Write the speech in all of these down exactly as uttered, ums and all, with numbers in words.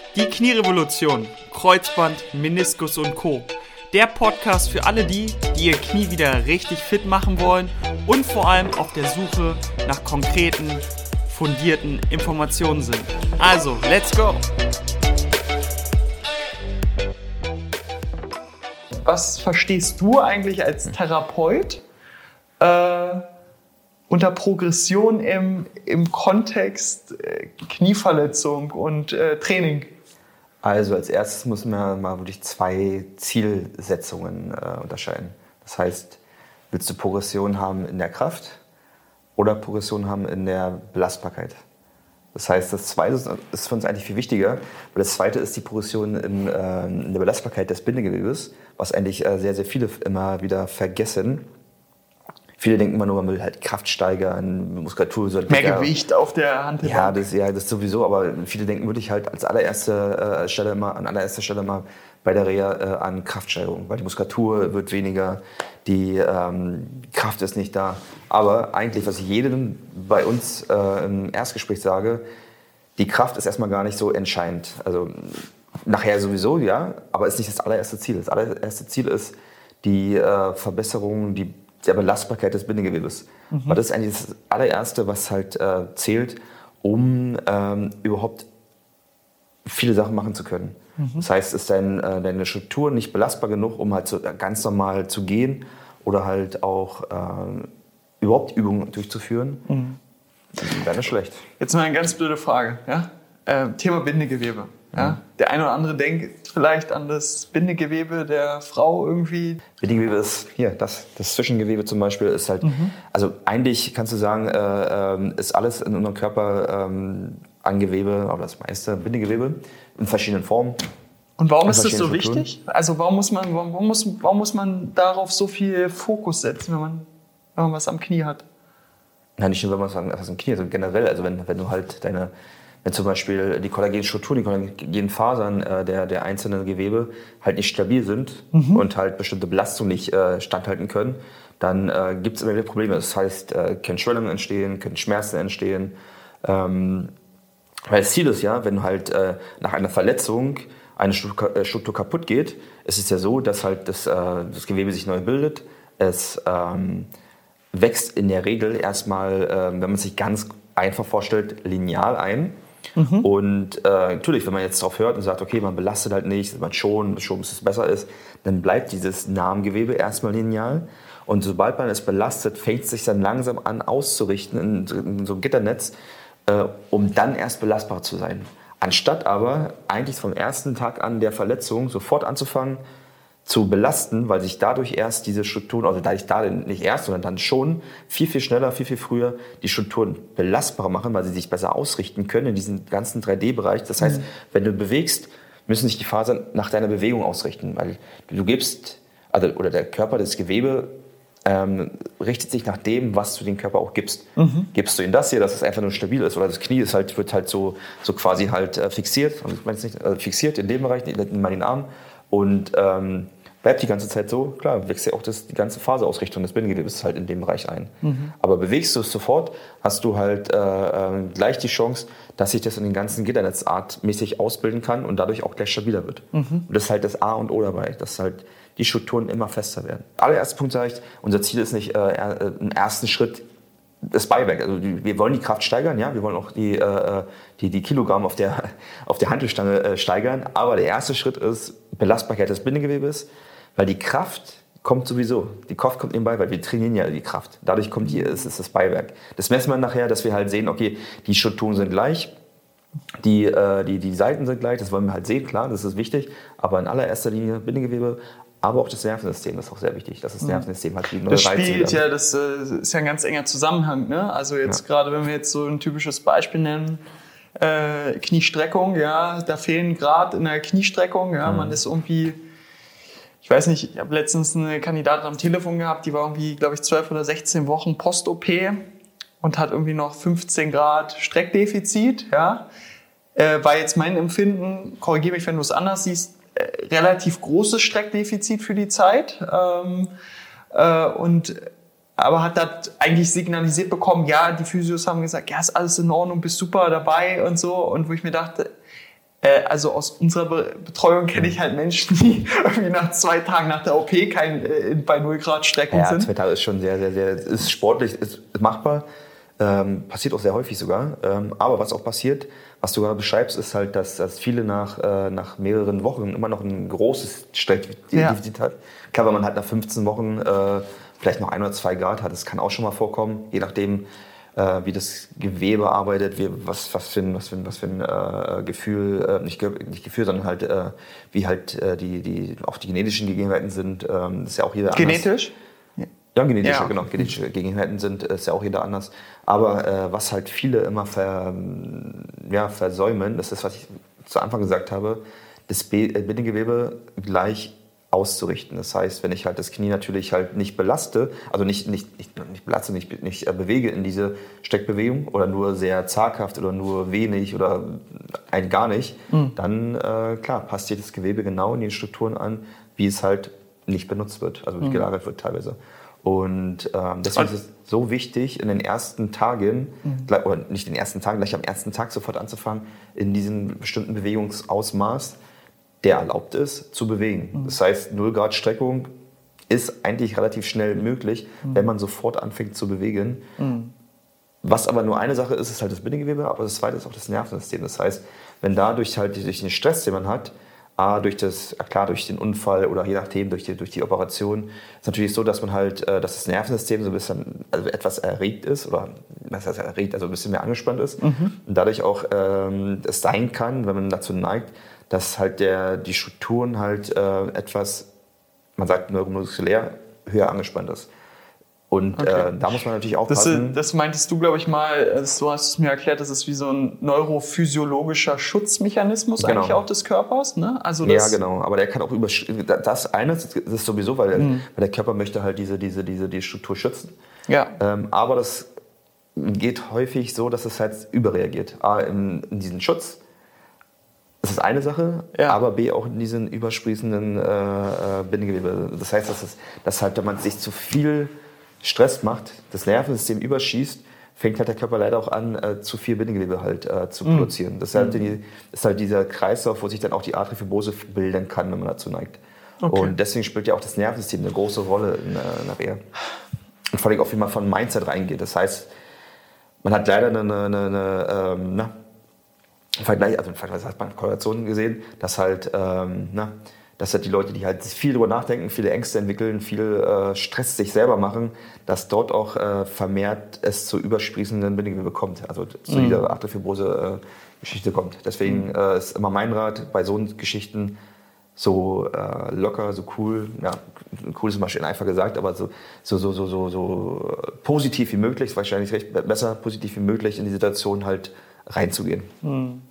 Die Knierevolution, Kreuzband, Meniskus und Co. Der Podcast für alle die, die ihr Knie wieder richtig fit machen wollen und vor allem auf der Suche nach konkreten, fundierten Informationen sind. Also, let's go! Was verstehst du eigentlich als Therapeut äh, unter Progression im, im Kontext äh, Knieverletzung und äh, Training? Also als erstes muss man mal wirklich zwei Zielsetzungen äh, unterscheiden. Das heißt, willst du Progression haben in der Kraft oder Progression haben in der Belastbarkeit? Das heißt, das Zweite ist für uns eigentlich viel wichtiger, weil das Zweite ist die Progression in, äh, in der Belastbarkeit des Bindegewebes, was eigentlich äh, sehr, sehr viele immer wieder vergessen. Viele denken immer nur, man will halt Kraft steigern, Muskulatur soll mehr Gewicht auf der Hand. Ja, das, ja, das sowieso, aber viele denken wirklich halt als allererste äh, Stelle immer, an allererster Stelle mal bei der Reha äh, an Kraftsteigerung, weil die Muskulatur wird weniger, die ähm, Kraft ist nicht da. Aber eigentlich, was ich jedem bei uns äh, im Erstgespräch sage, die Kraft ist erstmal gar nicht so entscheidend. Also nachher sowieso, ja, aber ist nicht das allererste Ziel. Das allererste Ziel ist die äh, Verbesserung, die der Belastbarkeit des Bindegewebes. Mhm. Weil das ist eigentlich das allererste, was halt äh, zählt, um ähm, überhaupt viele Sachen machen zu können. Mhm. Das heißt, ist dein, äh, deine Struktur nicht belastbar genug, um halt so ganz normal zu gehen oder halt auch äh, überhaupt Übungen durchzuführen, mhm. wäre nicht schlecht. Jetzt mal eine ganz blöde Frage. Ja? Äh, Thema Bindegewebe. Ja? Mhm. Der eine oder andere denkt vielleicht an das Bindegewebe der Frau irgendwie. Bindegewebe ist hier, das, das Zwischengewebe zum Beispiel ist halt, mhm. also eigentlich kannst du sagen, äh, ist alles in unserem Körper ähm, an Gewebe, aber das meiste Bindegewebe in verschiedenen Formen. Und warum ist das so wichtig? Also warum muss man, warum muss, warum muss man darauf so viel Fokus setzen, wenn man, wenn man was am Knie hat? Nein, nicht nur, wenn man was am Knie hat, sondern generell, also wenn, wenn du halt deine Wenn zum Beispiel die Kollagenstruktur, die Kollagenfasern äh, der, der einzelnen Gewebe halt nicht stabil sind mhm. und halt bestimmte Belastungen nicht äh, standhalten können, dann äh, gibt es immer wieder Probleme. Das heißt, äh, können Schwellungen entstehen, können Schmerzen entstehen. Ähm, weil das Ziel ist ja, wenn halt äh, nach einer Verletzung eine Struktur, äh, Struktur kaputt geht, ist es ja so, dass halt das, äh, das Gewebe sich neu bildet. Es ähm, wächst in der Regel erstmal, äh, wenn man sich ganz einfach vorstellt, lineal ein. Mhm. Und äh, natürlich, wenn man jetzt darauf hört und sagt, okay, man belastet halt nicht, man schon, schon bis es besser ist, dann bleibt dieses Nahengewebe erstmal lineal. Und sobald man es belastet, fängt es sich dann langsam an auszurichten in, in so einem Gitternetz, äh, um dann erst belastbar zu sein. Anstatt aber eigentlich vom ersten Tag an der Verletzung sofort anzufangen zu belasten, weil sich dadurch erst diese Strukturen, also dadurch da nicht erst, sondern dann schon viel, viel schneller, viel, viel früher die Strukturen belastbarer machen, weil sie sich besser ausrichten können in diesem ganzen drei D-Bereich. Das heißt, mhm. wenn du bewegst, müssen sich die Fasern nach deiner Bewegung ausrichten, weil du gibst, also, oder der Körper, das Gewebe, ähm, richtet sich nach dem, was du dem Körper auch gibst. Mhm. Gibst du ihm das hier, dass es einfach nur stabil ist, oder das Knie ist halt, wird halt so, so quasi halt äh, fixiert, also ich meine nicht, also fixiert in dem Bereich, in meinen Arm, und ähm, bleibt die ganze Zeit so, klar, wächst ja auch das, die ganze Faserausrichtung des Bindegewebes halt in dem Bereich ein. Mhm. Aber bewegst du es sofort, hast du halt äh, äh, gleich die Chance, dass sich das in den ganzen Gitternetzartmäßig ausbilden kann und dadurch auch gleich stabiler wird. Mhm. Und das ist halt das A und O dabei, dass halt die Strukturen immer fester werden. Allererster Punkt sage ich, unser Ziel ist nicht äh, im ersten Schritt das Buyback. Also die, wir wollen die Kraft steigern, ja, wir wollen auch die, äh, die, die Kilogramm auf der, auf der Hantelstange äh, steigern, aber der erste Schritt ist Belastbarkeit des Bindegewebes, weil die Kraft kommt sowieso, die Kraft kommt nebenbei, weil wir trainieren ja die Kraft. Dadurch kommt die, ist, ist das Beiwerk. Das messen wir nachher, dass wir halt sehen, okay, die Strukturen sind gleich, die, äh, die, die Seiten sind gleich, das wollen wir halt sehen, klar, das ist wichtig, aber in allererster Linie Bindegewebe, aber auch das Nervensystem ist auch sehr wichtig, dass das Nervensystem halt die neue Das Reize spielt ja, das äh, ist ja ein ganz enger Zusammenhang, ne? Also jetzt ja. gerade, wenn wir jetzt so ein typisches Beispiel nennen, äh, Kniestreckung, ja, da fehlen gerade in der Kniestreckung, ja, mhm. man ist irgendwie, ich weiß nicht, ich habe letztens eine Kandidatin am Telefon gehabt, die war irgendwie, glaube ich, zwölf oder sechzehn Wochen Post-O P und hat irgendwie noch fünfzehn Grad Streckdefizit, ja, äh, war jetzt mein Empfinden, korrigiere mich, wenn du es anders siehst, äh, relativ großes Streckdefizit für die Zeit, ähm, äh, und aber hat das eigentlich signalisiert bekommen, ja, die Physios haben gesagt, ja, ist alles in Ordnung, bist super dabei und so, und wo ich mir dachte, Äh, also aus unserer Be- Betreuung kenne ich halt Menschen, die irgendwie nach zwei Tagen nach der O P kein, äh, bei null Grad Streckung ja, sind. zwei Tage ist schon sehr, sehr, sehr, ist sportlich, ist, ist machbar. Ähm, passiert auch sehr häufig sogar. Ähm, aber was auch passiert, was du gerade beschreibst, ist halt, dass, dass viele nach, äh, nach mehreren Wochen immer noch ein großes Streckdefizit ja. hat. Klar, wenn man halt nach fünfzehn Wochen äh, vielleicht noch ein oder zwei Grad hat, das kann auch schon mal vorkommen, je nachdem, äh, wie das Gewebe arbeitet, wie, was, was für ein, was für ein, was für ein äh, Gefühl, äh, nicht, nicht Gefühl, sondern halt, äh, wie halt äh, die, die, auch die genetischen Gegebenheiten sind. Ähm, das ist ja auch jeder Genetisch? anders. Ja, genetische, ja. genau, genetische Gegebenheiten sind, ist ja auch jeder anders. Aber äh, was halt viele immer ver, ja, versäumen, das ist, was ich zu Anfang gesagt habe, das Bindegewebe gleich auszurichten. Das heißt, wenn ich halt das Knie natürlich halt nicht belaste, also nicht, nicht, nicht, nicht belaste, nicht, nicht äh, bewege in diese Steckbewegung oder nur sehr zaghaft oder nur wenig oder ein gar nicht, mhm. dann äh, klar, passt sich das Gewebe genau in die Strukturen an, wie es halt nicht benutzt wird, also mhm. gelagert wird teilweise. Und ähm, deswegen ist es so wichtig, in den ersten Tagen, mhm. gleich, oder nicht in den ersten Tagen, gleich am ersten Tag sofort anzufangen, in diesem bestimmten Bewegungsausmaß, der erlaubt ist, zu bewegen. Mhm. Das heißt, null Grad Streckung ist eigentlich relativ schnell möglich, mhm. wenn man sofort anfängt zu bewegen. Mhm. Was aber nur eine Sache ist, ist halt das Bindegewebe, aber das zweite ist auch das Nervensystem. Das heißt, wenn dadurch halt durch den Stress, den man hat, A, durch das, klar, durch den Unfall oder je nachdem, durch die, durch die Operation, ist natürlich so, dass man halt, dass das Nervensystem so ein bisschen, also etwas erregt ist oder, was heißt erregt, also ein bisschen mehr angespannt ist. Mhm. Und dadurch auch ähm, es sein kann, wenn man dazu neigt, dass halt der, die Strukturen halt äh, etwas, man sagt neuromuskulär, höher angespannt ist. Und okay. äh, da muss man natürlich aufpassen. Das, das meintest du, glaube ich, mal, so hast du es mir erklärt, das ist wie so ein neurophysiologischer Schutzmechanismus genau. eigentlich auch des Körpers. Ne? Also das ja, genau. Aber der kann auch über das eine das ist sowieso, weil, mhm. weil der Körper möchte halt diese, diese, diese die Struktur schützen. Ja. Ähm, aber das geht häufig so, dass es halt überreagiert. A, in, in diesen Schutz. Das ist eine Sache, ja. aber B, auch in diesen übersprießenden äh, Bindegewebe. Das heißt, dass, es, dass halt, wenn man sich zu viel Stress macht, das Nervensystem überschießt, fängt halt der Körper leider auch an, äh, zu viel Bindegewebe halt äh, zu mm. produzieren. Das ist, halt die, ist halt dieser Kreislauf, wo sich dann auch die Arteriofibrose bilden kann, wenn man dazu neigt. Okay. Und deswegen spielt ja auch das Nervensystem eine große Rolle in, in der Reha. Und vor allem auch, wie man von Mindset reingeht. Das heißt, man hat leider eine, eine, eine ähm, na, im Vergleich, also im Vergleich hat man Korrelationen gesehen, dass halt, ähm, na, dass halt die Leute, die halt viel drüber nachdenken, viele Ängste entwickeln, viel äh, Stress sich selber machen, dass dort auch äh, vermehrt es zu übersprießenden Bindegewebe kommt, also zu mhm. dieser Arteriofibrose-Geschichte äh, kommt. Deswegen mhm. äh, ist immer mein Rat, bei so Geschichten so äh, locker, so cool, ja, cool ist zum Beispiel einfach gesagt, aber so, so, so, so, so, so positiv wie möglich, ist wahrscheinlich recht besser, positiv wie möglich in die Situation halt reinzugehen. Mhm.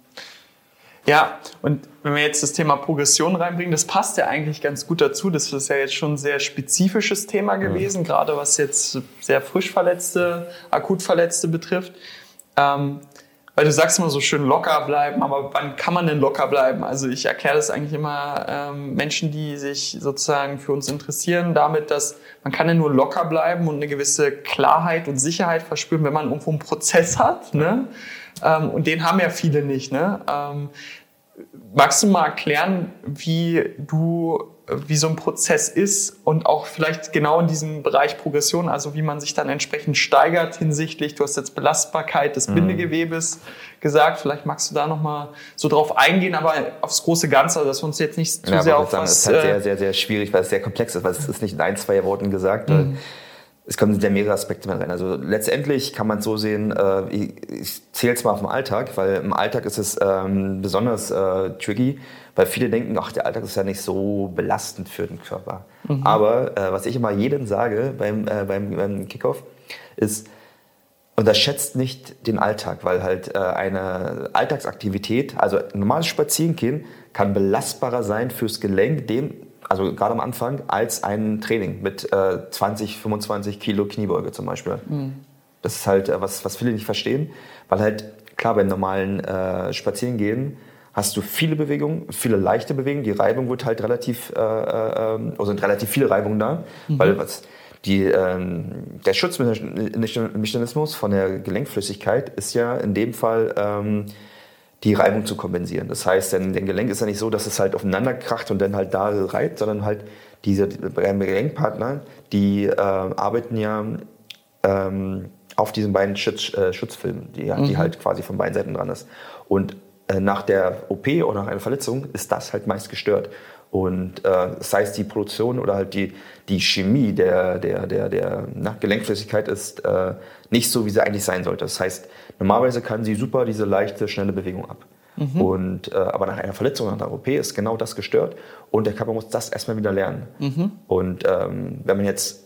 Ja, und wenn wir jetzt das Thema Progression reinbringen, das passt ja eigentlich ganz gut dazu. Das ist ja jetzt schon ein sehr spezifisches Thema gewesen, mhm. gerade was jetzt sehr frisch Verletzte, akut Verletzte betrifft. Ähm, weil du sagst immer so schön locker bleiben, aber wann kann man denn locker bleiben? Also ich erkläre das eigentlich immer ähm, Menschen, die sich sozusagen für uns interessieren, damit, dass man kann ja nur locker bleiben und eine gewisse Klarheit und Sicherheit verspüren, wenn man irgendwo einen Prozess hat, ne? Ähm, und den haben ja viele nicht, ne? Ähm, magst du mal erklären, wie du, wie so ein Prozess ist und auch vielleicht genau in diesem Bereich Progression, also wie man sich dann entsprechend steigert hinsichtlich, du hast jetzt Belastbarkeit des Bindegewebes mhm. gesagt, vielleicht magst du da nochmal so drauf eingehen, aber aufs große Ganze, dass wir uns jetzt nicht zu ja, sehr auf sagen, was... Es ist halt sehr, sehr, sehr schwierig, weil es sehr komplex ist, weil es ist nicht in ein, zwei Worten gesagt, mhm. es kommen sehr mehrere Aspekte mit rein. Also letztendlich kann man es so sehen, äh, ich, ich zähle es mal auf den Alltag, weil im Alltag ist es ähm, besonders äh, tricky, weil viele denken, ach, der Alltag ist ja nicht so belastend für den Körper. Mhm. Aber äh, was ich immer jedem sage beim, äh, beim, beim Kickoff ist, unterschätzt nicht den Alltag, weil halt äh, eine Alltagsaktivität, also normales Spazierengehen, kann belastbarer sein fürs Gelenk, dem also gerade am Anfang, als ein Training mit äh, zwanzig, fünfundzwanzig Kilo Kniebeuge zum Beispiel. Mhm. Das ist halt äh, was, was viele nicht verstehen, weil halt, klar, beim normalen äh, Spazierengehen hast du viele Bewegungen, viele leichte Bewegungen, die Reibung wird halt relativ, äh, äh, also sind relativ viele Reibungen da, mhm. weil was die, ähm, der Schutzmechanismus von der Gelenkflüssigkeit ist ja in dem Fall ähm, die Reibung zu kompensieren. Das heißt, denn dein Gelenk ist ja nicht so, dass es halt aufeinander kracht und dann halt da reibt, sondern halt diese Gelenkpartner, die äh, arbeiten ja ähm, auf diesen beiden Schutz, äh, Schutzfilmen, die, mhm. die halt quasi von beiden Seiten dran ist. Und äh, nach der O P oder nach einer Verletzung ist das halt meist gestört. Und äh, das heißt, die Produktion oder halt die, die Chemie der, der, der, der na, Gelenkflüssigkeit ist äh, nicht so, wie sie eigentlich sein sollte. Das heißt, normalerweise kann sie super diese leichte, schnelle Bewegung ab. Mhm. Und, äh, aber nach einer Verletzung, nach einer O P ist genau das gestört und der Körper muss das erstmal wieder lernen. Mhm. Und ähm, wenn man jetzt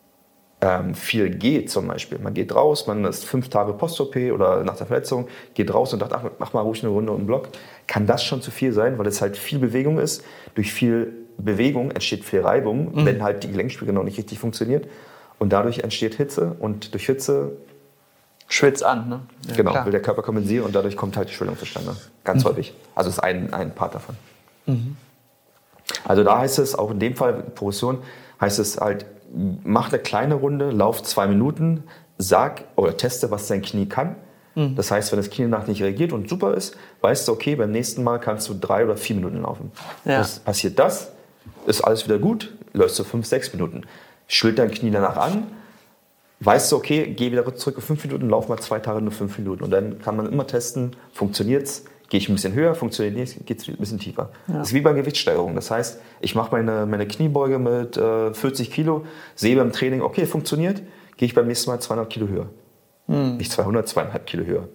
ähm, viel geht zum Beispiel, man geht raus, man ist fünf Tage Post-O P oder nach der Verletzung, geht raus und sagt, ach, mach mal ruhig eine Runde um den Block, kann das schon zu viel sein, weil es halt viel Bewegung ist. Durch viel Bewegung entsteht viel Reibung, mhm. wenn halt die Gelenkspiegel noch nicht richtig funktioniert und dadurch entsteht Hitze und durch Hitze schwitzt an, ne? Ja, genau, klar. Will der Körper kompensieren und dadurch kommt halt die Schwellung zustande. Ganz mhm. häufig. Also das ist ein, ein Part davon. Mhm. Also da heißt es, auch in dem Fall Progression, heißt es halt, mach eine kleine Runde, lauf zwei Minuten, sag oder teste, was dein Knie kann. Mhm. Das heißt, wenn das Knie danach nicht reagiert und super ist, weißt du, okay, beim nächsten Mal kannst du drei oder vier Minuten laufen. Ja. Das, passiert das, ist alles wieder gut, läufst du fünf, sechs Minuten. Schwillt dein Knie danach an, weißt du, okay, geh wieder zurück auf fünf Minuten, lauf mal zwei Tage nur fünf Minuten. Und dann kann man immer testen, funktioniert's, gehe ich ein bisschen höher, funktioniert nicht, geht es ein bisschen tiefer. Ja. Das ist wie bei Gewichtssteigerung. Das heißt, ich mache meine, meine Kniebeuge mit äh, vierzig Kilo, sehe beim Training, okay, funktioniert, gehe ich beim nächsten Mal zweihundert Kilo höher. Hm. Nicht zweihundert, zweieinhalb Kilo höher.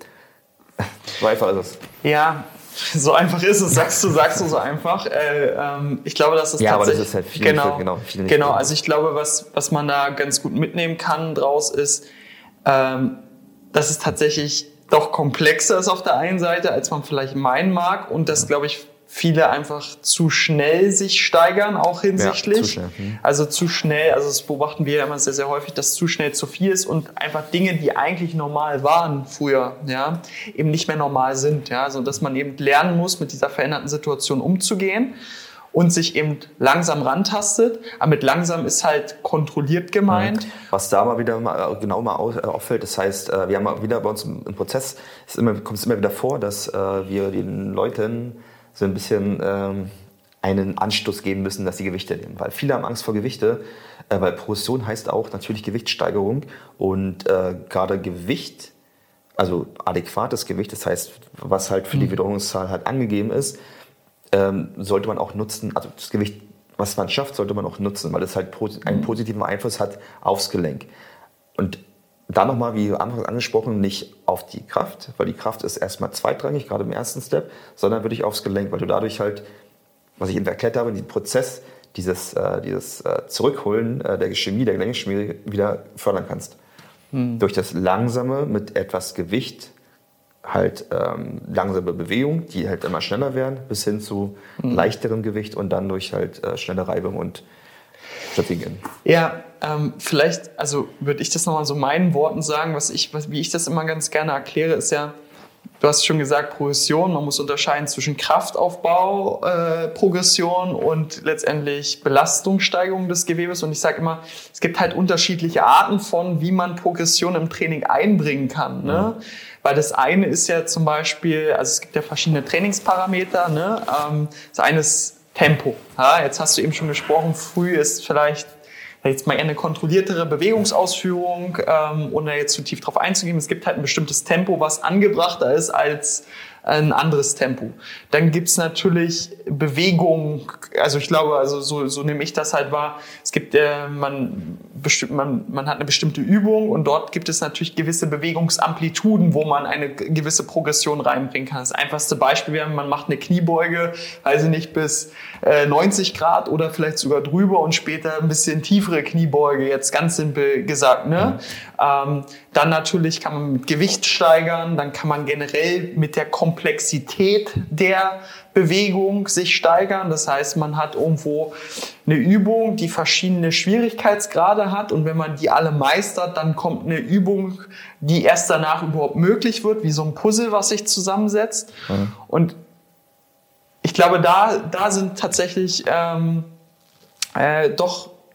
So einfach ist es. Ja, so einfach ist es, sagst du, sagst du so einfach. Äh, ähm, ich glaube, dass es ja, tatsächlich... aber das ist halt viel, genau, genau, viel nicht genau, also ich glaube, was, was man da ganz gut mitnehmen kann draus ist, ähm, dass es tatsächlich doch komplexer ist auf der einen Seite, als man vielleicht meinen mag und dass, glaube ich, viele einfach zu schnell sich steigern, auch hinsichtlich. Ja, zu schnell. Hm. Also zu schnell, also das beobachten wir ja immer sehr, sehr häufig, dass zu schnell zu viel ist und einfach Dinge, die eigentlich normal waren früher, ja, eben nicht mehr normal sind. Ja, also dass man eben lernen muss, mit dieser veränderten Situation umzugehen und sich eben langsam rantastet. Aber mit langsam ist halt kontrolliert gemeint. Was da mal wieder mal, genau mal auffällt, das heißt, wir haben mal wieder bei uns im Prozess, es immer, kommt es immer wieder vor, dass wir den Leuten so ein bisschen ähm, einen Anstoß geben müssen, dass sie Gewichte nehmen. Weil viele haben Angst vor Gewichte, äh, weil Progression heißt auch natürlich Gewichtssteigerung und äh, gerade Gewicht, also adäquates Gewicht, das heißt, was halt für die Wiederholungszahl halt angegeben ist, ähm, sollte man auch nutzen, also das Gewicht, was man schafft, sollte man auch nutzen, weil es halt einen positiven Einfluss hat aufs Gelenk. Und dann nochmal, wie anfangs angesprochen, nicht auf die Kraft, weil die Kraft ist erstmal zweitrangig, gerade im ersten Step, sondern wirklich aufs Gelenk, weil du dadurch halt, was ich eben erklärt habe, diesen Prozess, dieses, äh, dieses äh, Zurückholen äh, der Chemie, der Gelenkchemie wieder fördern kannst. Hm. Durch das langsame, mit etwas Gewicht, halt ähm, langsame Bewegung, die halt immer schneller werden, bis hin zu hm. leichterem Gewicht und dann durch halt äh, schnelle Reibung und Strategien. Ja, ähm, vielleicht, also würde ich das nochmal so meinen Worten sagen, was ich, was, wie ich das immer ganz gerne erkläre, ist ja, du hast schon gesagt, Progression, man muss unterscheiden zwischen Kraftaufbau, äh, Progression und letztendlich Belastungssteigerung des Gewebes. Und ich sage immer, es gibt halt unterschiedliche Arten von, wie man Progression im Training einbringen kann. Ne? Mhm. Weil das eine ist ja zum Beispiel, also es gibt ja verschiedene Trainingsparameter. Ne? Ähm, das eine ist Tempo. Ja, jetzt hast du eben schon gesprochen, früh ist vielleicht jetzt mal eher eine kontrolliertere Bewegungsausführung, ähm, ohne jetzt zu tief drauf einzugehen. Es gibt halt ein bestimmtes Tempo, was angebrachter ist als ein anderes Tempo. Dann gibt's natürlich Bewegung, also ich glaube, also so, so nehme ich das halt wahr. Es gibt, äh, man, bestimmt, man, man hat eine bestimmte Übung und dort gibt es natürlich gewisse Bewegungsamplituden, wo man eine gewisse Progression reinbringen kann. Das einfachste Beispiel wäre, man macht eine Kniebeuge, weiß ich nicht, bis äh, neunzig Grad oder vielleicht sogar drüber und später ein bisschen tiefere Kniebeuge, jetzt ganz simpel gesagt, ne? Mhm. Ähm, dann natürlich kann man mit Gewicht steigern, dann kann man generell mit der Komplexität der Bewegung sich steigern. Das heißt, man hat irgendwo eine Übung, die verschiedene Schwierigkeitsgrade hat und wenn man die alle meistert, dann kommt eine Übung, die erst danach überhaupt möglich wird, wie so ein Puzzle, was sich zusammensetzt. Mhm. Und ich glaube, da, da sind tatsächlich ähm, äh, doch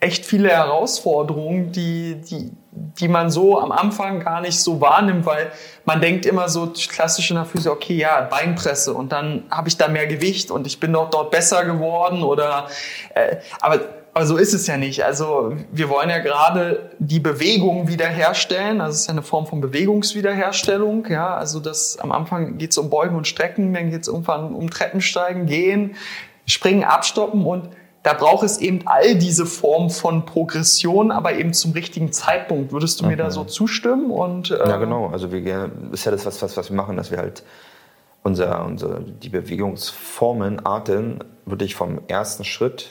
echt viele Herausforderungen, die, die, die man so am Anfang gar nicht so wahrnimmt, weil man denkt immer so klassisch in der Physio, okay, ja, Beinpresse und dann habe ich da mehr Gewicht und ich bin doch dort besser geworden oder, äh, aber, aber so ist es ja nicht. Also wir wollen ja gerade die Bewegung wiederherstellen, also es ist ja eine Form von Bewegungswiederherstellung, ja, also das am Anfang geht es um Beugen und Strecken, dann geht es irgendwann um Treppensteigen, Gehen, Springen, Abstoppen und da braucht es eben all diese Formen von Progression, aber eben zum richtigen Zeitpunkt. Würdest du mir mhm. da so zustimmen? Und, äh ja, genau. Also wir, ist ja das, was, was, was wir machen, dass wir halt unser, unser, die Bewegungsformen, Arten wirklich vom ersten Schritt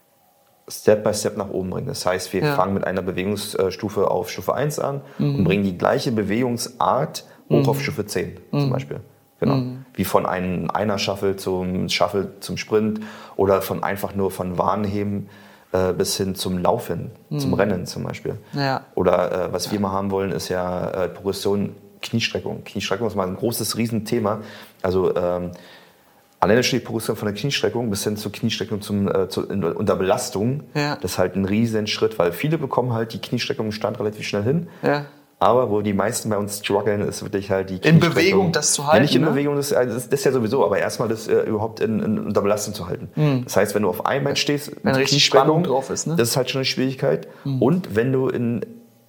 Step by Step nach oben bringen. Das heißt, wir ja. fangen mit einer Bewegungsstufe auf Stufe eins an mhm. und bringen die gleiche Bewegungsart hoch mhm. auf Stufe zehn zum mhm. Beispiel. Genau. Mhm. Wie von einem Einer-Shuffle zum Shuffle zum Sprint oder von einfach nur von Warenheben äh, bis hin zum Laufen, mhm. zum Rennen zum Beispiel. Ja. Oder äh, was ja. wir mal haben wollen, ist ja äh, Progression, Kniestreckung. Kniestreckung ist mal ein großes Riesenthema. Also ähm, alleine steht die Progression von der Kniestreckung bis hin zur Kniestreckung zum, äh, zu, in, unter Belastung. Ja. Das ist halt ein riesen Schritt, weil viele bekommen halt die Kniestreckung im Stand relativ schnell hin. Ja. Aber wo die meisten bei uns strugglen, ist wirklich halt die in Bewegung das zu halten. Ja, nicht in ne? Bewegung, das, das, das ist ja sowieso, aber erstmal das äh, überhaupt in, in, unter Belastung zu halten. Mhm. Das heißt, wenn du auf einem Bein stehst, wenn richtig Spannung drauf ist, ne? Das ist halt schon eine Schwierigkeit. Mhm. Und wenn du in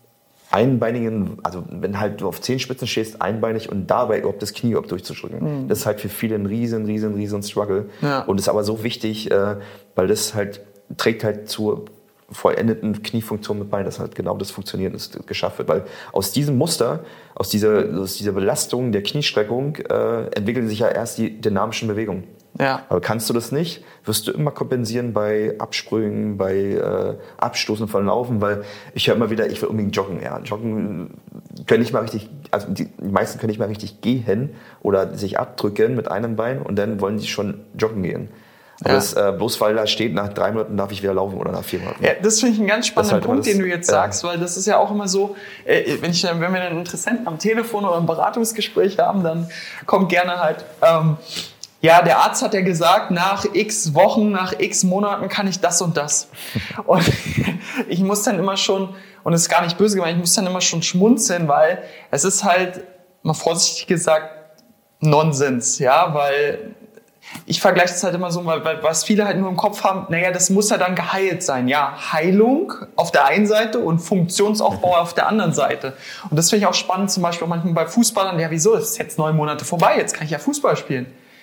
einbeinigen, also wenn halt du auf Zehenspitzen stehst, einbeinig und dabei überhaupt das Knie überhaupt durchzudrücken, mhm. das ist halt für viele ein riesen, riesen, riesen Struggle. Ja. Und ist aber so wichtig, äh, weil das halt trägt halt zur vollendeten Kniefunktion mit bei, dass halt genau das funktioniert und das geschafft wird. Weil aus diesem Muster, aus dieser, aus dieser Belastung der Kniestreckung äh, entwickeln sich ja erst die dynamischen Bewegungen. Ja. Aber kannst du das nicht, wirst du immer kompensieren bei Absprüngen, bei äh, Abstoßen von Laufen, weil ich höre immer wieder, ich will unbedingt joggen. Ja, joggen können nicht mal richtig, also die meisten können nicht mal richtig gehen oder sich abdrücken mit einem Bein und dann wollen die schon joggen gehen. Aber ja. das, äh, bloß weil da steht, nach drei Monaten darf ich wieder laufen oder nach vier Monaten. Ja, das finde ich einen ganz spannenden halt Punkt, das, den du jetzt ja. sagst, weil das ist ja auch immer so, äh, wenn, ich, wenn wir einen Interessenten am Telefon oder ein Beratungsgespräch haben, dann kommt gerne halt, ähm, ja, der Arzt hat ja gesagt, nach x Wochen, nach x Monaten kann ich das und das. Und ich muss dann immer schon, und das ist gar nicht böse gemeint, ich muss dann immer schon schmunzeln, weil es ist halt, mal vorsichtig gesagt, Nonsens, ja, weil ich vergleiche es halt immer so, weil, weil was viele halt nur im Kopf haben, naja, das muss ja dann geheilt sein. Ja, Heilung auf der einen Seite und Funktionsaufbau auf der anderen Seite. Und das finde ich auch spannend, zum Beispiel auch manchmal bei Fußballern, ja, wieso, das ist jetzt neun Monate vorbei, jetzt kann ich ja Fußball spielen.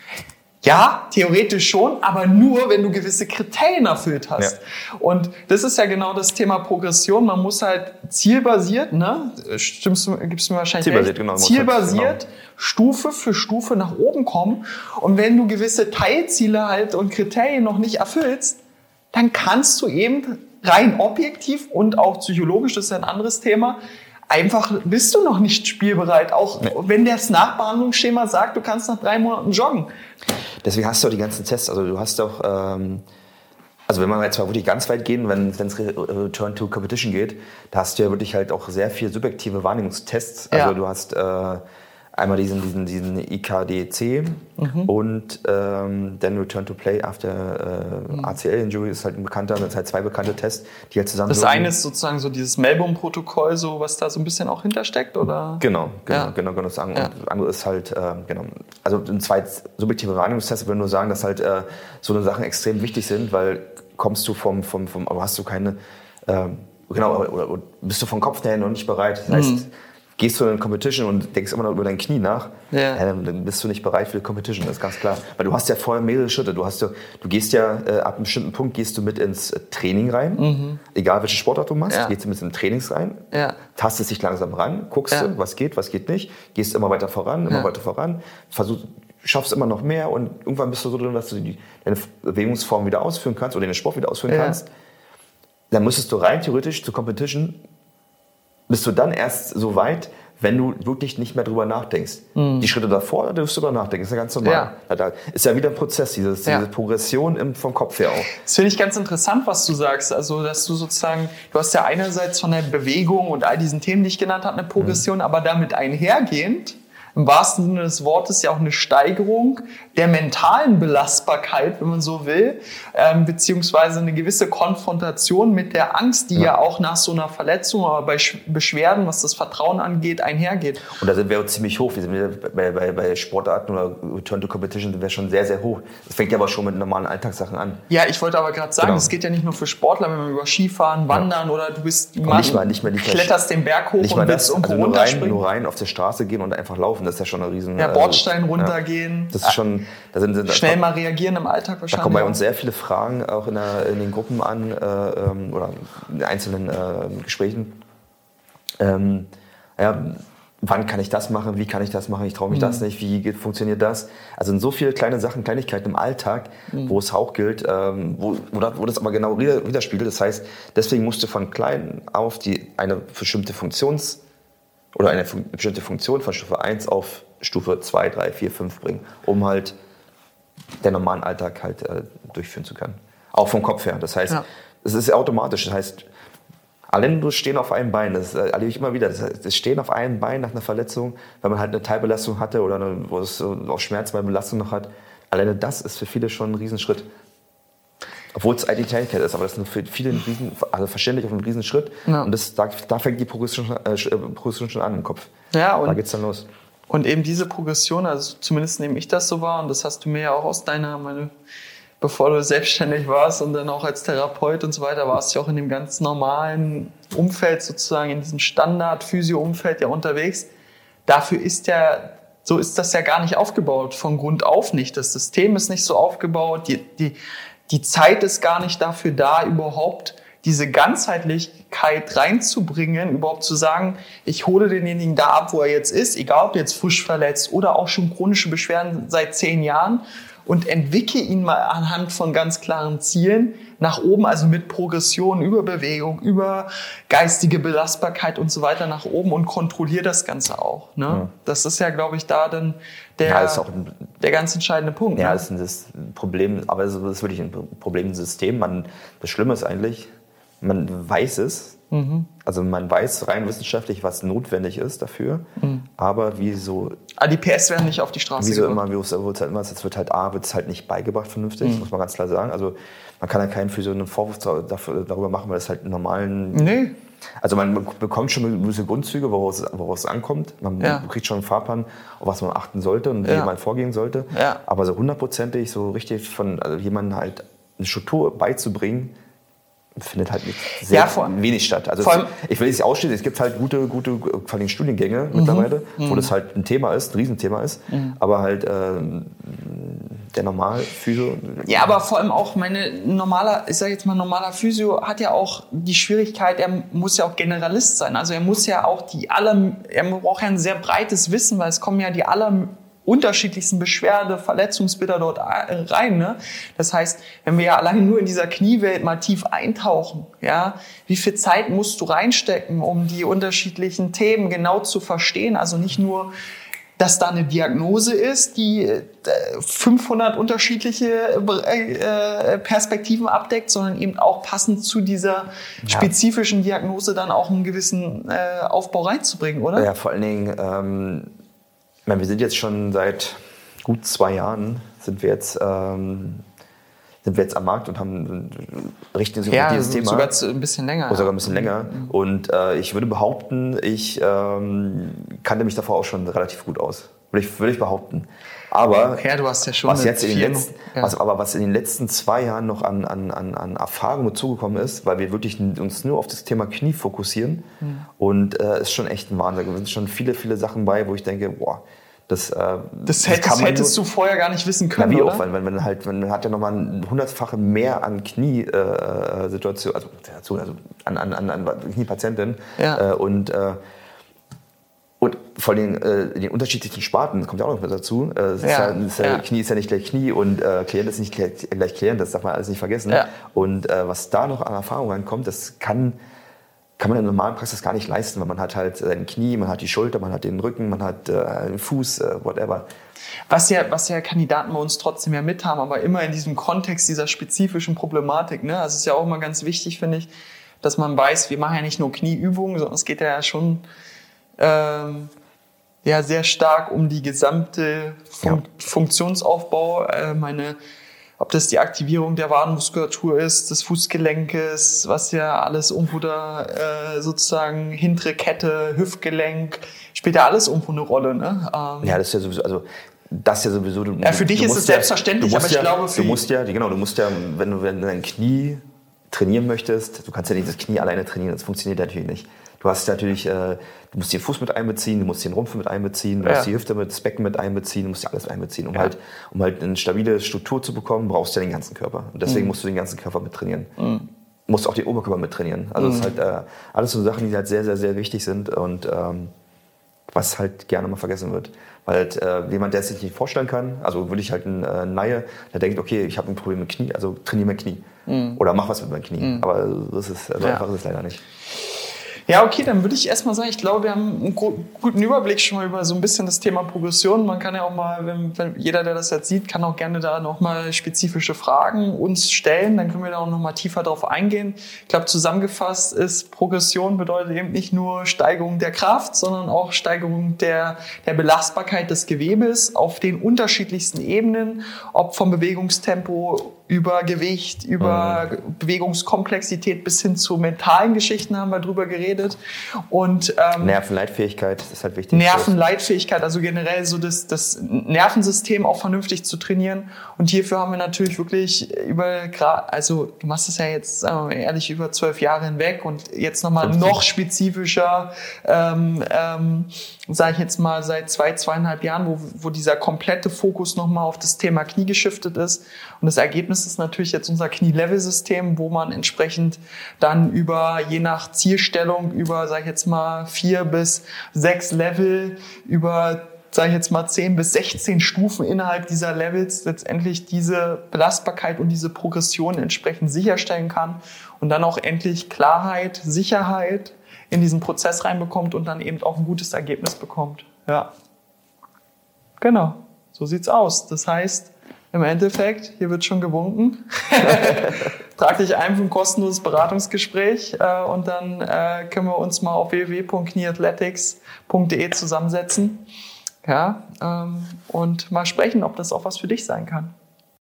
Ja, theoretisch schon, aber nur, wenn du gewisse Kriterien erfüllt hast. Ja. Und das ist ja genau das Thema Progression. Man muss halt zielbasiert, ne, stimmst du, gibst du mir wahrscheinlich zielbasiert, recht, genau, zielbasiert, genau. Stufe für Stufe nach oben kommen. Und wenn du gewisse Teilziele halt und Kriterien noch nicht erfüllst, dann kannst du eben rein objektiv und auch psychologisch, das ist ja ein anderes Thema, einfach bist du noch nicht spielbereit, auch nee. wenn das Nachbehandlungsschema sagt, du kannst nach drei Monaten joggen. Deswegen hast du auch die ganzen Tests, also du hast auch, ähm, also wenn man jetzt mal wirklich ganz weit gehen, wenn es Return to Competition geht, da hast du ja wirklich halt auch sehr viel subjektive Wahrnehmungstests. Also ja. du hast äh, einmal diesen, diesen, diesen I K D C mhm. und ähm, dann Return to Play after äh, mhm. A C L-Injury ist halt ein bekannter, das sind halt zwei bekannte Tests, die halt zusammen... Das eine ist sozusagen so dieses Melbourne-Protokoll, so was da so ein bisschen auch hintersteckt, oder? Genau, genau, ja. genau, genau. Das andere, ja. das andere ist halt, äh, genau, also ein zweites subjektive Wahrnehmungstest, ich würde nur sagen, dass halt äh, so eine Sachen extrem wichtig sind, weil kommst du vom, vom, vom aber hast du keine, äh, genau, oder, oder bist du vom Kopf her noch nicht bereit, das heißt, mhm. gehst du in eine Competition und denkst immer noch über dein Knie nach, ja. äh, dann bist du nicht bereit für die Competition, das ist ganz klar. Weil du hast ja vorher mehrere Schritte. Du, hast ja, du gehst ja, äh, ab einem bestimmten Punkt gehst du mit ins Training rein, mhm. egal welche Sportart du machst, ja. gehst du mit ins Trainings rein, ja. tastest dich langsam ran, guckst ja. du, was geht, was geht nicht, gehst immer weiter voran, immer ja. weiter voran, versuchst, schaffst immer noch mehr und irgendwann bist du so drin, dass du die, deine Bewegungsform wieder ausführen kannst oder den Sport wieder ausführen ja. kannst. Dann müsstest du rein theoretisch zur Competition, bist du dann erst so weit, wenn du wirklich nicht mehr drüber nachdenkst. Mhm. Die Schritte davor, da wirst du drüber nachdenken, das ist ja ganz normal. Ja. Das ist ja wieder ein Prozess, dieses, ja. diese Progression im, vom Kopf her auch. Das finde ich ganz interessant, was du sagst. Also, dass du sozusagen, du hast ja einerseits von der Bewegung und all diesen Themen, die ich genannt habe, eine Progression, mhm. aber damit einhergehend im wahrsten Sinne des Wortes ja auch eine Steigerung der mentalen Belastbarkeit, wenn man so will, ähm, beziehungsweise eine gewisse Konfrontation mit der Angst, die ja. ja auch nach so einer Verletzung, aber bei Beschwerden, was das Vertrauen angeht, einhergeht. Und da sind wir ziemlich hoch. Wir sind bei, bei, bei Sportarten oder Return to Competition sind wir schon sehr, sehr hoch. Das fängt ja aber schon mit normalen Alltagssachen an. Ja, ich wollte aber gerade sagen, es genau. geht ja nicht nur für Sportler, wenn man über Skifahren, Wandern ja. oder du bist Mann, nicht mal, nicht mal, nicht mal, kletterst den Berg hoch nicht und willst irgendwo also runterspringen. Nur rein, nur rein auf der Straße gehen und einfach laufen, das ist ja schon eine riesen... Ja, Bordstein äh, runtergehen. Ja, das ist schon... Da sind, sind schnell mal reagieren im Alltag wahrscheinlich. Da kommen bei uns sehr viele Fragen auch in, der, in den Gruppen an äh, oder in einzelnen äh, Gesprächen. Ähm, ja, wann kann ich das machen? Wie kann ich das machen? Ich traue mich mhm. das nicht. Wie funktioniert das? Also in so viele kleine Sachen, Kleinigkeiten im Alltag, mhm. wo es auch gilt, ähm, wo, wo, das, wo das aber genau widerspiegelt. Das heißt, deswegen musst du von klein auf die, eine bestimmte Funktions- oder eine fun- bestimmte Funktion von Stufe eins auf Stufe zwei, drei, vier, fünf bringen, um halt den normalen Alltag halt äh, durchführen zu können. Auch vom Kopf her. Das heißt, ja. es ist automatisch. Das heißt, allein nur Stehen auf einem Bein, das erlebe ich immer wieder. Das Stehen auf einem Bein nach einer Verletzung, wenn man halt eine Teilbelastung hatte oder eine, wo es auch Schmerz bei Belastung noch hat, alleine das ist für viele schon ein Riesenschritt. Obwohl es eigentlich Kleinigkeit ist, aber das ist für viele ein Riesen, also verständlich auf einen Riesenschritt. Ja. Und das, da, da fängt die Progression, äh, Progression schon an im Kopf. Ja, und da geht's dann los. Und eben diese Progression, also zumindest nehme ich das so wahr, und das hast du mir ja auch aus deiner, meine, bevor du selbstständig warst und dann auch als Therapeut und so weiter, warst du ja auch in dem ganz normalen Umfeld sozusagen, in diesem Standard-Physio-Umfeld ja unterwegs. Dafür ist ja, so ist das ja gar nicht aufgebaut, von Grund auf nicht. Das System ist nicht so aufgebaut, die, die, die Zeit ist gar nicht dafür da, überhaupt diese Ganzheitlichkeit reinzubringen, überhaupt zu sagen, ich hole denjenigen da ab, wo er jetzt ist, egal ob jetzt frisch verletzt oder auch schon chronische Beschwerden seit zehn Jahren und entwickle ihn mal anhand von ganz klaren Zielen nach oben, also mit Progression, über Bewegung, über geistige Belastbarkeit und so weiter nach oben und kontrolliere das Ganze auch. Ne? Ja. Das ist ja, glaube ich, da dann der, ja, ist auch ein, der ganz entscheidende Punkt. Ja, ne? das ist ein Problem, aber das ist wirklich ein Problem im System. Man, das Schlimme ist eigentlich, man weiß es, mhm. also man weiß rein wissenschaftlich, was notwendig ist dafür, mhm. aber wie so... Ah, die P S werden nicht auf die Straße Wie so immer, wie es halt immer ist, es wird halt A, wird es halt nicht beigebracht vernünftig, mhm. muss man ganz klar sagen. Also man kann ja keinen Physio einen Vorwurf dafür, darüber machen, weil es halt einen normalen... Nee. Also man bekommt schon gewisse Grundzüge, woraus, woraus es ankommt. Man ja. kriegt schon einen Fahrplan, auf was man achten sollte und wie ja. man vorgehen sollte. Ja. Aber so hundertprozentig, so richtig von also jemandem halt eine Struktur beizubringen, findet halt nicht sehr ja, vor, wenig statt. Also es, ich will es nicht ausschließen, es gibt halt gute, gute vor allem Studiengänge mhm. mittlerweile, wo mhm. das halt ein Thema ist, ein Riesenthema ist, mhm. aber halt äh, der normal Physio... Ja, aber vor allem auch meine normaler, ich sage jetzt mal normaler Physio hat ja auch die Schwierigkeit, er muss ja auch Generalist sein, also er muss ja auch die aller, er braucht ja ein sehr breites Wissen, weil es kommen ja die aller unterschiedlichsten Beschwerde, Verletzungsbilder dort rein. Ne? Das heißt, wenn wir ja allein nur in dieser Kniewelt mal tief eintauchen, ja, wie viel Zeit musst du reinstecken, um die unterschiedlichen Themen genau zu verstehen? Also nicht nur, dass da eine Diagnose ist, die fünfhundert unterschiedliche Perspektiven abdeckt, sondern eben auch passend zu dieser spezifischen Diagnose dann auch einen gewissen Aufbau reinzubringen, oder? Ja, vor allen Dingen... Ähm Ich meine, wir sind jetzt schon seit gut zwei Jahren sind wir jetzt, ähm, sind wir jetzt am Markt und haben richten uns ja, auf dieses Thema. Sogar ein bisschen länger. Oder sogar ein bisschen länger. Mhm. Und äh, ich würde behaupten, ich ähm, kannte mich davor auch schon relativ gut aus. Würde ich, würde ich behaupten. Aber ja, du hast ja schon was jetzt in den vielen, letzten, ja. was, aber was in den letzten zwei Jahren noch an, an, an, an Erfahrung dazugekommen ist, weil wir wirklich uns nur auf das Thema Knie fokussieren mhm. und es äh, ist schon echt ein Wahnsinn. Da sind schon viele, viele Sachen bei, wo ich denke, boah, das, äh, das, das, hättest, das hättest nur, du vorher gar nicht wissen können, na, wie oder? auch, weil man halt, man hat ja nochmal ein hundertfache mehr an Knie-Situationen, äh, also, also an, an, an, an Kniepatientinnen ja. äh, und äh, Und vor allem äh, den unterschiedlichen Sparten kommt ja auch noch mit dazu. Äh, es ja, ist ja, ist ja, ja. Knie ist ja nicht gleich Knie und äh, Klient ist nicht gleich, gleich Klient, das darf man alles nicht vergessen. Ja. Und äh, was da noch an Erfahrung reinkommt, das kann, kann man in der normalen Praxis gar nicht leisten, weil man hat halt sein Knie, man hat die Schulter, man hat den Rücken, man hat äh, den Fuß, äh, whatever. Was ja, was ja Kandidaten bei uns trotzdem ja mit haben, aber immer in diesem Kontext dieser spezifischen Problematik. Ne? Also es ist ja auch immer ganz wichtig, finde ich, dass man weiß, wir machen ja nicht nur Knieübungen, sondern es geht ja schon... Ähm, ja sehr stark um die gesamte Fun- ja. Funktionsaufbau, äh, meine ob das die Aktivierung der Wadenmuskulatur ist, des Fußgelenkes, was ja alles irgendwo da äh, sozusagen hintere Kette, Hüftgelenk, spielt ja alles irgendwo eine Rolle. Ne? Ähm, ja, das ist ja sowieso, also das ist ja sowieso... Du, ja, für dich ist es selbstverständlich, ja, aber ich ja, glaube für... Du musst ja, genau, du musst ja, wenn du, wenn du dein Knie trainieren möchtest, du kannst ja nicht das Knie alleine trainieren, das funktioniert natürlich nicht. Du hast natürlich, äh, du musst den Fuß mit einbeziehen, du musst den Rumpf mit einbeziehen, du ja. musst die Hüfte mit, das Becken mit einbeziehen, du musst ja alles einbeziehen. Um, ja. halt, um halt eine stabile Struktur zu bekommen, brauchst du ja den ganzen Körper. Und deswegen mhm. musst du den ganzen Körper mit trainieren. Mhm. Du musst auch den Oberkörper mit trainieren. Also das mhm. ist halt äh, alles so Sachen, die halt sehr, sehr, sehr wichtig sind und ähm, was halt gerne mal vergessen wird. Weil halt, äh, jemand, der es sich nicht vorstellen kann, also würde ich halt ein äh, Laie, der denkt, okay, ich habe ein Problem mit Knie, also trainiere mein Knie. Mhm. Oder mach was mit meinem Knie. Mhm. Aber das ist, also ja. einfach ist es leider nicht. Ja, okay, dann würde ich erstmal sagen, ich glaube, wir haben einen guten Überblick schon mal über so ein bisschen das Thema Progression. Man kann ja auch mal, wenn, wenn jeder, der das jetzt sieht, kann auch gerne da nochmal spezifische Fragen uns stellen. Dann können wir da auch nochmal tiefer drauf eingehen. Ich glaube, zusammengefasst ist, Progression bedeutet eben nicht nur Steigerung der Kraft, sondern auch Steigerung der, der Belastbarkeit des Gewebes auf den unterschiedlichsten Ebenen, ob vom Bewegungstempo über Gewicht, über mhm. Bewegungskomplexität bis hin zu mentalen Geschichten haben wir drüber geredet. Und ähm, Nervenleitfähigkeit ist halt wichtig. Nervenleitfähigkeit, also generell so das, das Nervensystem auch vernünftig zu trainieren. Und hierfür haben wir natürlich wirklich über, also du machst es ja jetzt, sagen wir mal ehrlich, über zwölf Jahre hinweg und jetzt nochmal noch spezifischer, ähm, ähm, sage ich jetzt mal seit zwei, zweieinhalb Jahren, wo, wo dieser komplette Fokus nochmal auf das Thema Knie geschiftet ist. Und das Ergebnis ist natürlich jetzt unser Knie-Level-System, wo man entsprechend dann über, je nach Zielstellung, über, sag ich jetzt mal, vier bis sechs Level, über, sag ich jetzt mal, zehn bis sechzehn Stufen innerhalb dieser Levels letztendlich diese Belastbarkeit und diese Progression entsprechend sicherstellen kann und dann auch endlich Klarheit, Sicherheit in diesen Prozess reinbekommt und dann eben auch ein gutes Ergebnis bekommt. Ja. Genau. So sieht's aus. Das heißt, im Endeffekt, hier wird schon gewunken. Trag dich ein für ein kostenloses Beratungsgespräch äh, und dann äh, können wir uns mal auf w w w punkt knieathletics punkt d e zusammensetzen, ja, ähm, und mal sprechen, ob das auch was für dich sein kann.